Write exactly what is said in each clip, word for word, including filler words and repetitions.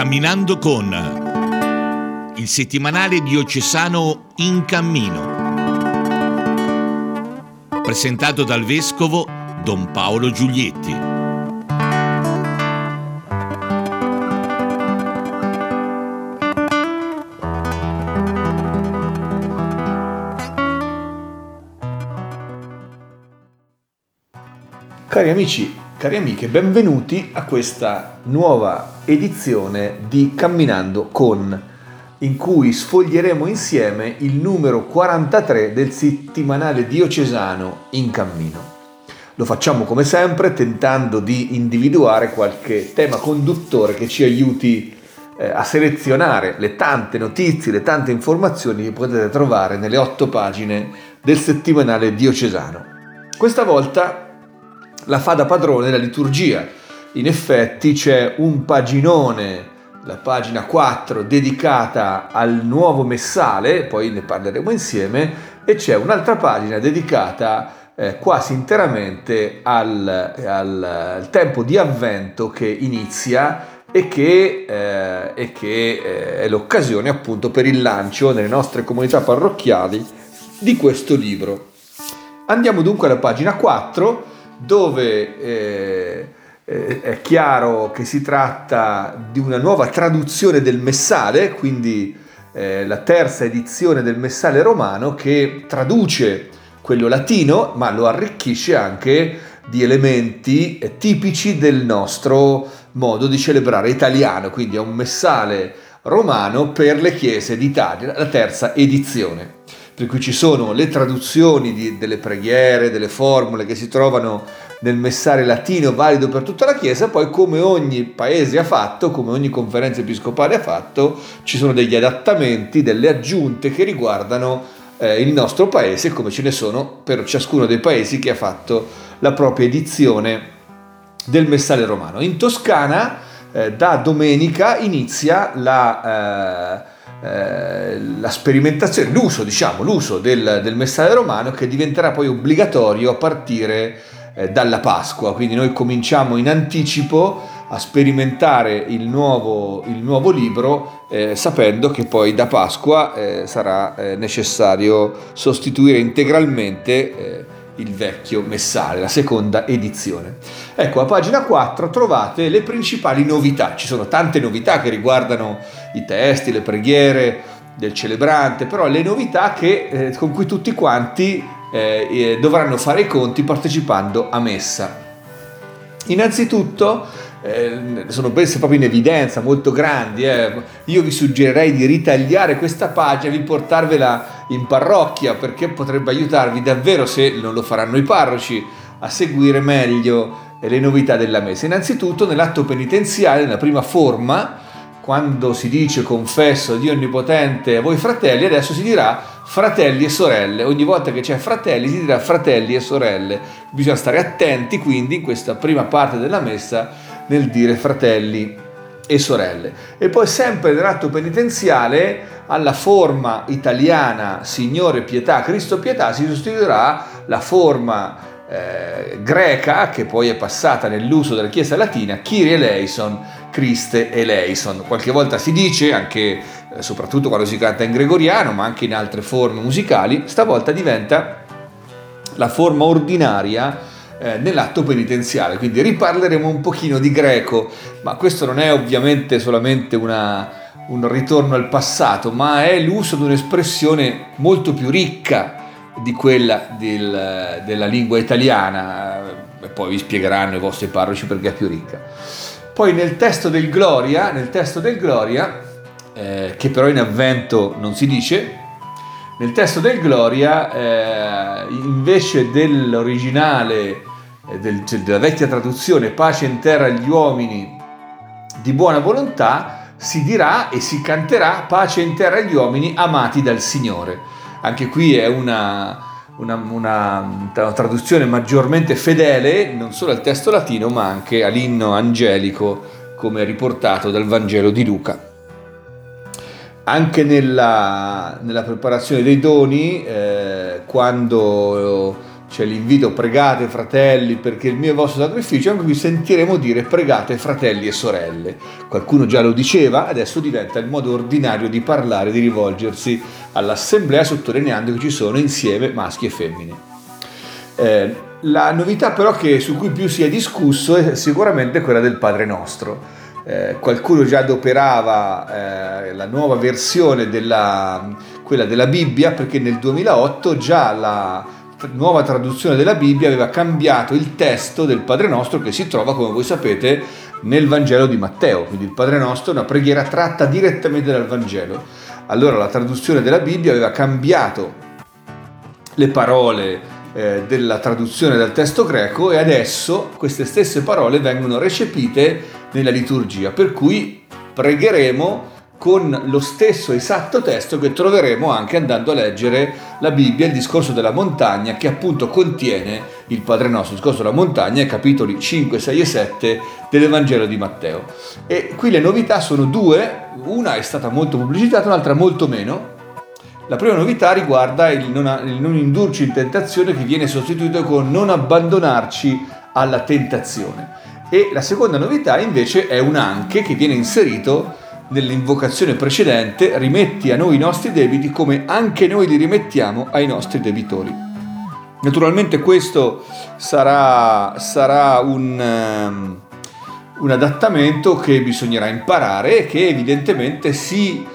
Camminando con, il settimanale diocesano In Cammino, presentato dal vescovo Don Paolo Giulietti. Cari amici, cari amiche, benvenuti a questa nuova edizione di Camminando con, in cui sfoglieremo insieme il numero quarantatré del settimanale diocesano In Cammino. Lo facciamo come sempre tentando di individuare qualche tema conduttore che ci aiuti eh, a selezionare le tante notizie, le tante informazioni che potete trovare nelle otto pagine del settimanale diocesano. Questa volta la fa da padrone la liturgia. In effetti c'è un paginone, la pagina quattro, dedicata al nuovo messale, poi ne parleremo insieme, e c'è un'altra pagina dedicata eh, quasi interamente al, al, al tempo di Avvento che inizia e che, eh, e che eh, è l'occasione appunto per il lancio nelle nostre comunità parrocchiali di questo libro. Andiamo dunque alla pagina quattro, dove eh, eh, è chiaro che si tratta di una nuova traduzione del Messale, quindi eh, la terza edizione del Messale romano, che traduce quello latino ma lo arricchisce anche di elementi eh, tipici del nostro modo di celebrare italiano, quindi è un Messale romano per le chiese d'Italia, la terza edizione. Per cui ci sono le traduzioni di, delle preghiere, delle formule che si trovano nel messale latino valido per tutta la Chiesa, poi come ogni paese ha fatto, come ogni conferenza episcopale ha fatto, ci sono degli adattamenti, delle aggiunte che riguardano eh, il nostro paese, come ce ne sono per ciascuno dei paesi che ha fatto la propria edizione del messale romano. In Toscana eh, da domenica inizia la... Eh, Eh, la sperimentazione, l'uso diciamo, l'uso del, del messale romano, che diventerà poi obbligatorio a partire eh, dalla Pasqua, quindi noi cominciamo in anticipo a sperimentare il nuovo, il nuovo libro eh, sapendo che poi da Pasqua eh, sarà eh, necessario sostituire integralmente eh, il vecchio messale, la seconda edizione. Ecco, a pagina quattro trovate le principali novità. Ci sono tante novità che riguardano i testi, le preghiere del celebrante, però le novità che, eh, con cui tutti quanti eh, eh, dovranno fare i conti partecipando a messa. Innanzitutto eh, sono messe proprio in evidenza, molto grandi. Eh. Io vi suggerirei di ritagliare questa pagina, di portarvela in parrocchia, perché potrebbe aiutarvi davvero, se non lo faranno i parroci, a seguire meglio le novità della messa. Innanzitutto nell'atto penitenziale, nella prima forma, quando si dice confesso Dio Onnipotente a voi fratelli, adesso si dirà fratelli e sorelle. Ogni volta che c'è fratelli si dirà fratelli e sorelle. Bisogna stare attenti quindi in questa prima parte della messa nel dire fratelli e sorelle. E poi sempre nell'atto penitenziale, alla forma italiana Signore pietà, Cristo pietà, si sostituirà la forma eh, greca, che poi è passata nell'uso della Chiesa latina, Kyrie eleison, Christe eleison. Qualche volta si dice, anche eh, soprattutto quando si canta in gregoriano, ma anche in altre forme musicali, stavolta diventa la forma ordinaria eh, nell'atto penitenziale. Quindi riparleremo un pochino di greco, ma questo non è ovviamente solamente una, un ritorno al passato, ma è l'uso di un'espressione molto più ricca di quella del, della lingua italiana, e poi vi spiegheranno i vostri parroci perché è più ricca. Poi nel testo del Gloria, nel testo del Gloria, eh, che però in Avvento non si dice, nel testo del Gloria, eh, invece dell'originale, eh, del, della vecchia traduzione, pace in terra agli uomini di buona volontà, si dirà e si canterà pace in terra agli uomini amati dal Signore. Anche qui è una, una, una, una traduzione maggiormente fedele non solo al testo latino ma anche all'inno angelico, come riportato dal Vangelo di Luca. Anche nella, nella preparazione dei doni, eh, quando c'è l'invito pregate fratelli perché il mio è il vostro sacrificio, anche qui sentiremo dire pregate fratelli e sorelle. Qualcuno già lo diceva, adesso diventa il modo ordinario di parlare, di rivolgersi all'assemblea, sottolineando che ci sono insieme maschi e femmine. Eh, la novità però che, su cui più si è discusso è sicuramente quella del Padre Nostro. Eh, qualcuno già adoperava eh, la nuova versione della, quella della Bibbia, perché nel duemilaotto già la nuova traduzione della Bibbia aveva cambiato il testo del Padre Nostro, che si trova, come voi sapete, nel Vangelo di Matteo. Quindi il Padre Nostro è una preghiera tratta direttamente dal Vangelo. Allora la traduzione della Bibbia aveva cambiato le parole eh, della traduzione del testo greco, e adesso queste stesse parole vengono recepite nella liturgia, per cui pregheremo con lo stesso esatto testo che troveremo anche andando a leggere la Bibbia, il discorso della montagna, che appunto contiene il Padre Nostro. Il discorso della montagna è capitoli cinque, sei e sette dell'Evangelo di Matteo. E qui le novità sono due, una è stata molto pubblicizzata, un'altra molto meno. La prima novità riguarda il non, il non indurci in tentazione, che viene sostituito con non abbandonarci alla tentazione. E la seconda novità invece è un anche, che viene inserito nell'invocazione precedente: rimetti a noi i nostri debiti come anche noi li rimettiamo ai nostri debitori. Naturalmente questo sarà, sarà un, um, un adattamento che bisognerà imparare e che evidentemente si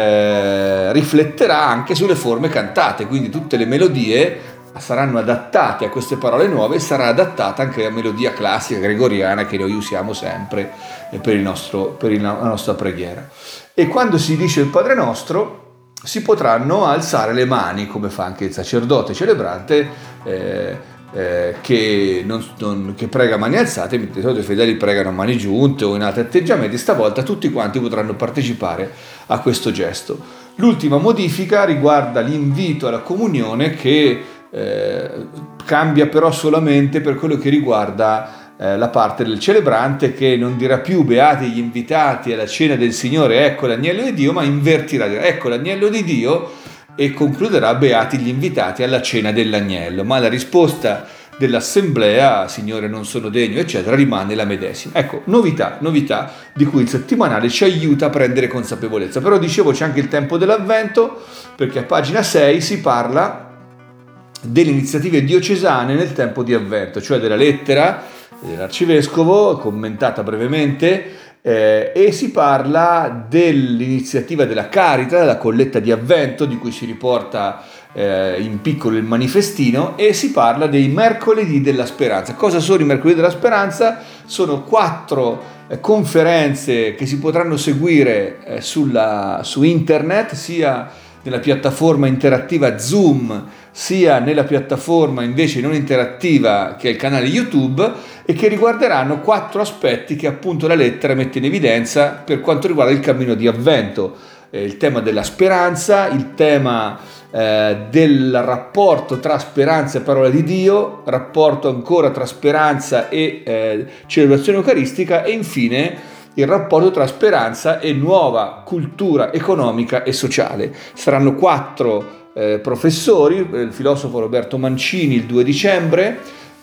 eh, rifletterà anche sulle forme cantate, quindi tutte le melodie saranno adattate a queste parole nuove e sarà adattata anche la melodia classica gregoriana che noi usiamo sempre per, il nostro, per il, la nostra preghiera. E quando si dice il Padre Nostro si potranno alzare le mani, come fa anche il sacerdote celebrante eh, eh, che, non, non, che prega a mani alzate, mentre di solito i fedeli pregano a mani giunte o in altri atteggiamenti. Stavolta tutti quanti potranno partecipare a questo gesto. L'ultima modifica riguarda l'invito alla comunione, che Eh, cambia però solamente per quello che riguarda eh, la parte del celebrante, che non dirà più beati gli invitati alla cena del Signore, ecco l'agnello di Dio, ma invertirà, dirà ecco l'agnello di Dio, e concluderà beati gli invitati alla cena dell'agnello, ma la risposta dell'assemblea, Signore non sono degno eccetera, rimane la medesima. Ecco, novità, novità di cui il settimanale ci aiuta a prendere consapevolezza. Però dicevo c'è anche il tempo dell'Avvento, perché a pagina sei si parla delle iniziative diocesane nel tempo di Avvento, cioè della lettera dell'arcivescovo commentata brevemente, eh, e si parla dell'iniziativa della Carità, della colletta di Avvento, di cui si riporta eh, in piccolo il manifestino, e si parla dei mercoledì della speranza. Cosa sono i mercoledì della speranza? Sono quattro eh, conferenze che si potranno seguire eh, sulla, su internet, sia nella piattaforma interattiva Zoom, sia nella piattaforma invece non interattiva che è il canale YouTube, e che riguarderanno quattro aspetti che appunto la lettera mette in evidenza per quanto riguarda il cammino di Avvento. Eh, il tema della speranza, il tema eh, del rapporto tra speranza e parola di Dio, rapporto ancora tra speranza e eh, celebrazione eucaristica, e infine il rapporto tra speranza e nuova cultura economica e sociale. Saranno quattro eh, professori, il filosofo Roberto Mancini il due dicembre,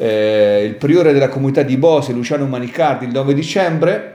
eh, il priore della comunità di Bose Luciano Manicardi il nove dicembre,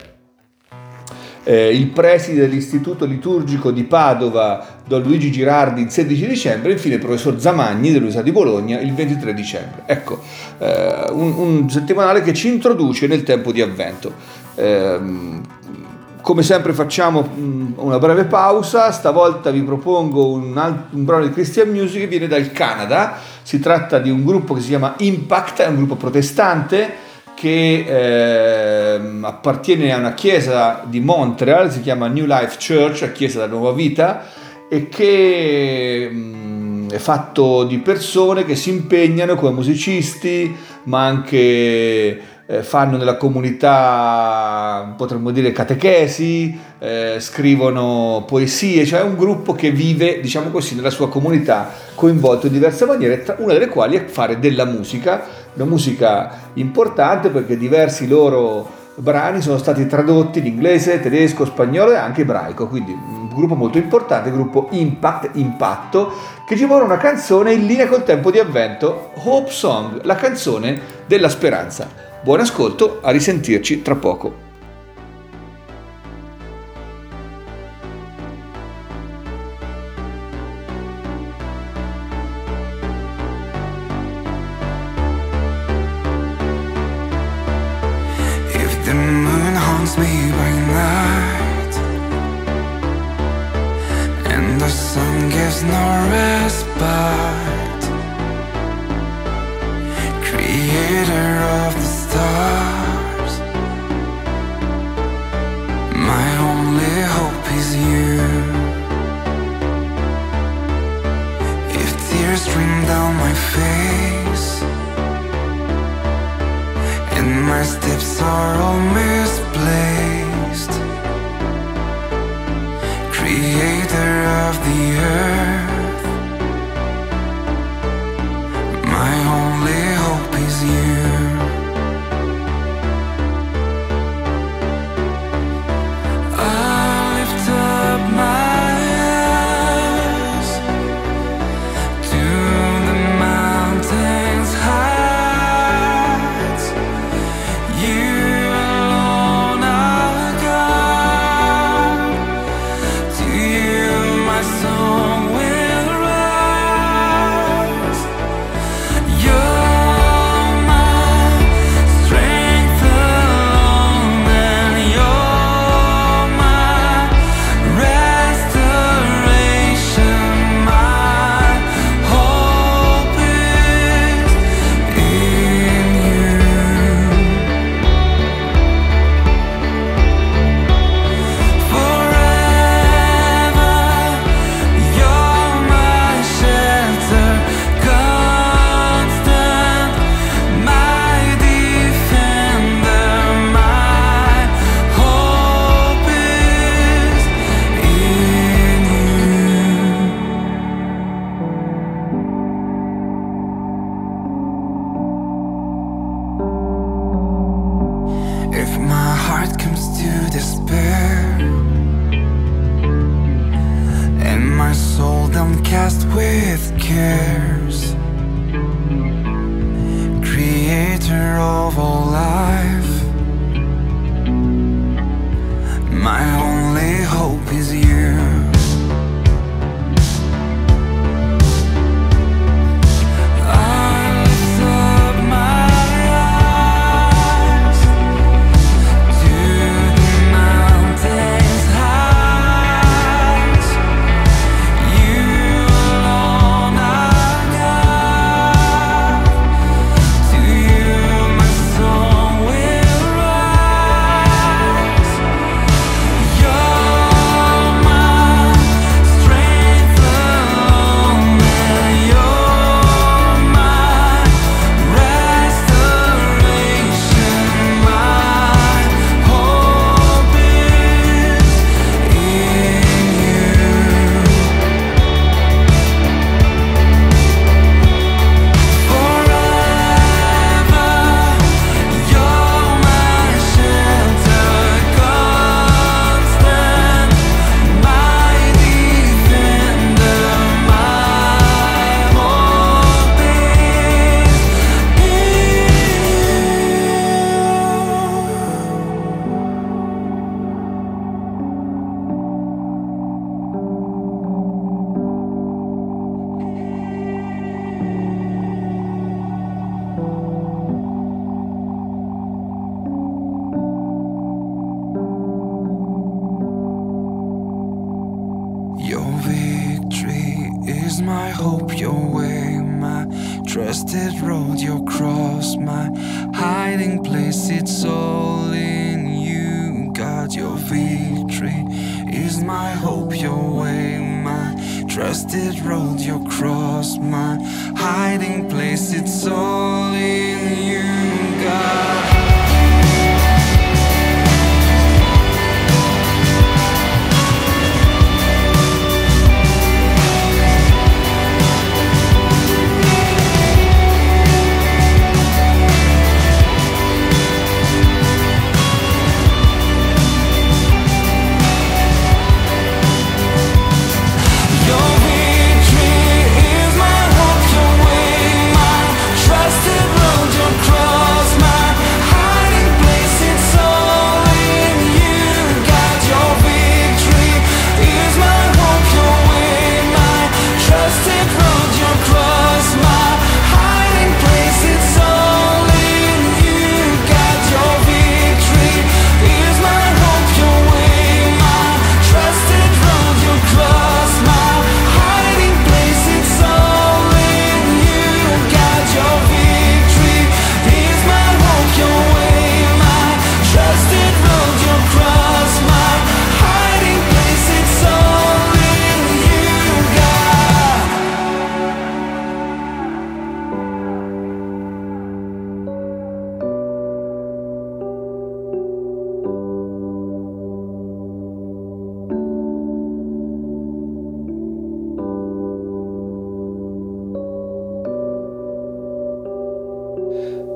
eh, il preside dell'Istituto Liturgico di Padova Don Luigi Girardi il sedici dicembre, e infine il professor Zamagni dell'Università di Bologna il ventitré dicembre. Ecco, eh, un, un settimanale che ci introduce nel tempo di Avvento. Eh, come sempre facciamo una breve pausa. Stavolta vi propongo un, alt- un brano di Christian Music che viene dal Canada. Si tratta di un gruppo che si chiama Impact, è un gruppo protestante che eh, appartiene a una chiesa di Montreal, si chiama New Life Church, la chiesa della nuova vita, e che mh, è fatto di persone che si impegnano come musicisti, ma anche Eh, fanno nella comunità, potremmo dire, catechesi, eh, scrivono poesie, cioè è un gruppo che vive, diciamo così, nella sua comunità, coinvolto in diverse maniere, una delle quali è fare della musica, una musica importante perché diversi loro brani sono stati tradotti in inglese, tedesco, spagnolo e anche ebraico, quindi un gruppo molto importante, il gruppo Impact, Impatto, che ci pone una canzone in linea col tempo di avvento, Hope Song, la canzone della speranza. Buon ascolto, a risentirci tra poco. Me by night, and the sun gives no respite. Creator of the stars, my only hope is you. If tears stream down my face and my steps are all misplaced, Creator of the earth, my only hope is you. I lift up my eyes to the mountains heights. You downcast with cares, Creator of all life, my only hope is you. My hope, your way, my trusted road, your cross, my hiding place, it's all in you, God. Your victory is my hope, your way, my trusted road, your cross, my hiding place, it's all in you, God.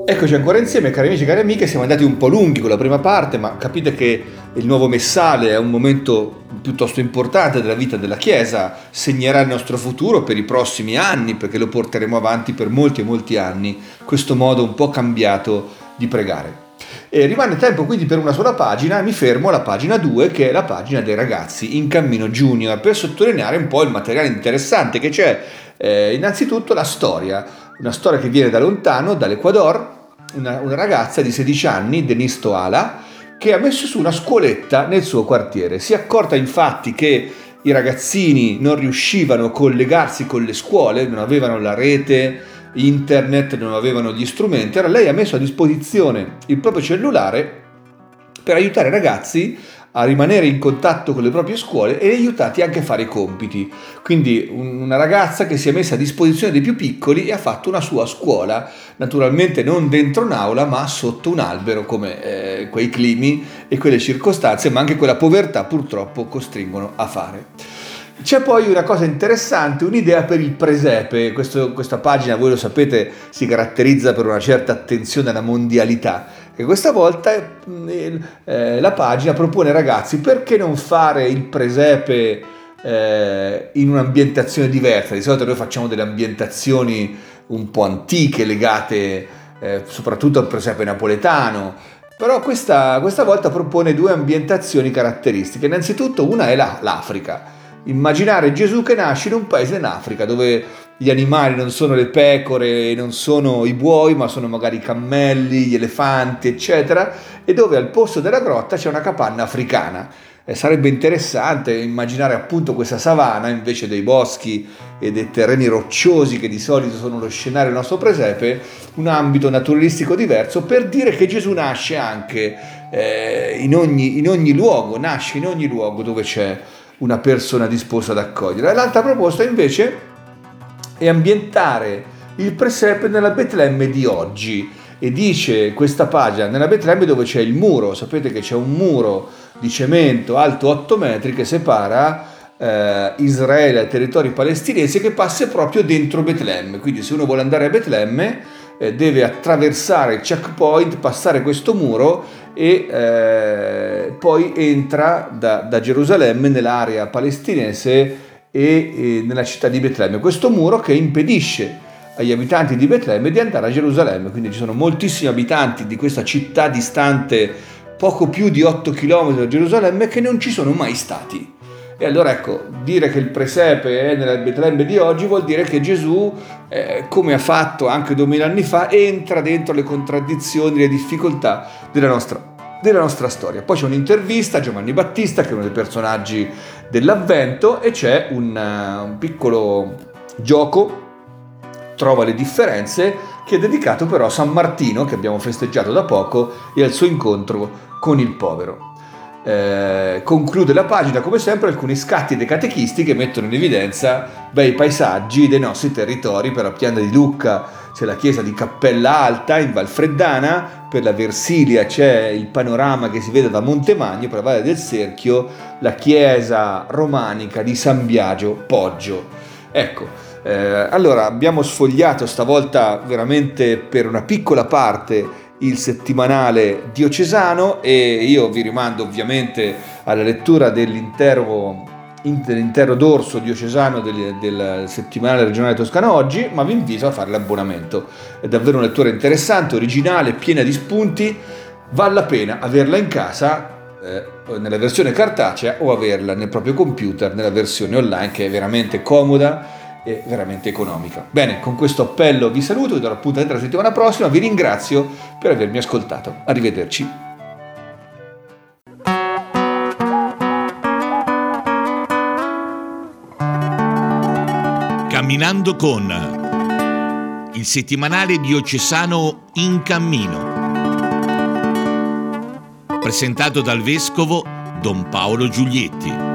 Eccoci ancora insieme, cari amici e cari amiche, siamo andati un po' lunghi con la prima parte, ma capite che il nuovo messale è un momento piuttosto importante della vita della Chiesa, segnerà il nostro futuro per i prossimi anni, perché lo porteremo avanti per molti e molti anni, questo modo un po' cambiato di pregare. E rimane tempo quindi per una sola pagina, mi fermo alla pagina due, che è la pagina dei ragazzi in cammino junior, per sottolineare un po' il materiale interessante che c'è. Eh, innanzitutto la storia, una storia che viene da lontano, dall'Ecuador. Una, una ragazza di sedici anni, Denise Toala, che ha messo su una scuoletta nel suo quartiere. Si è accorta infatti che i ragazzini non riuscivano a collegarsi con le scuole, non avevano la rete, internet, non avevano gli strumenti. Allora lei ha messo a disposizione il proprio cellulare per aiutare i ragazzi a rimanere in contatto con le proprie scuole e aiutati anche a fare i compiti. Quindi una ragazza che si è messa a disposizione dei più piccoli e ha fatto una sua scuola, naturalmente non dentro un'aula ma sotto un albero, come eh, quei climi e quelle circostanze, ma anche quella povertà purtroppo costringono a fare. C'è poi una cosa interessante, un'idea per il presepe. Questo, questa pagina, voi lo sapete, si caratterizza per una certa attenzione alla mondialità. E questa volta eh, la pagina propone ai ragazzi: perché non fare il presepe eh, in un'ambientazione diversa? Di solito noi facciamo delle ambientazioni un po' antiche, legate eh, soprattutto al presepe napoletano. Però questa, questa volta propone due ambientazioni caratteristiche. Innanzitutto una è la, l'Africa. Immaginare Gesù che nasce in un paese in Africa dove gli animali non sono le pecore, non sono i buoi, ma sono magari i cammelli, gli elefanti, eccetera, e dove al posto della grotta c'è una capanna africana. Eh, sarebbe interessante immaginare appunto questa savana invece dei boschi e dei terreni rocciosi che di solito sono lo scenario del nostro presepe, un ambito naturalistico diverso, per dire che Gesù nasce anche eh, in ogni, in ogni luogo, nasce in ogni luogo dove c'è una persona disposta ad accogliere. L'altra proposta invece è ambientare il presepe nella Betlemme di oggi, e dice questa pagina: nella Betlemme dove c'è il muro. Sapete che c'è un muro di cemento alto otto metri che separa eh, Israele dai territori palestinesi, che passa proprio dentro Betlemme. Quindi se uno vuole andare a Betlemme eh, deve attraversare il checkpoint, passare questo muro e eh, poi entra da, da Gerusalemme nell'area palestinese e, e nella città di Betlemme. Questo muro che impedisce agli abitanti di Betlemme di andare a Gerusalemme, quindi ci sono moltissimi abitanti di questa città distante poco più di otto chilometri da Gerusalemme che non ci sono mai stati. E allora ecco, dire che il presepe è nella Betlemme di oggi vuol dire che Gesù, eh, come ha fatto anche duemila anni fa, entra dentro le contraddizioni, le difficoltà della nostra, della nostra storia. Poi c'è un'intervista a Giovanni Battista, che è uno dei personaggi dell'Avvento, e c'è un, uh, un piccolo gioco, trova le differenze, che è dedicato però a San Martino, che abbiamo festeggiato da poco, e al suo incontro con il povero. Eh, conclude la pagina come sempre alcuni scatti dei catechisti che mettono in evidenza bei paesaggi dei nostri territori. Per la Piana di Lucca c'è la chiesa di Cappella Alta in Valfreddana, per la Versilia c'è il panorama che si vede da Montemagno, per la Valle del Serchio la chiesa romanica di San Biagio Poggio. Ecco, eh, allora abbiamo sfogliato stavolta veramente per una piccola parte il settimanale diocesano, e io vi rimando ovviamente alla lettura dell'intero, dell'intero dorso diocesano del, del settimanale regionale Toscana Oggi, ma vi invito a fare l'abbonamento. È davvero una lettura interessante, originale, piena di spunti, vale la pena averla in casa eh, nella versione cartacea o averla nel proprio computer nella versione online, che è veramente comoda e veramente economica. Bene, con questo appello vi saluto, vi do l'appuntamento la settimana prossima, vi ringrazio per avermi ascoltato. Arrivederci. Camminando con il settimanale diocesano In Cammino, presentato dal vescovo Don Paolo Giulietti.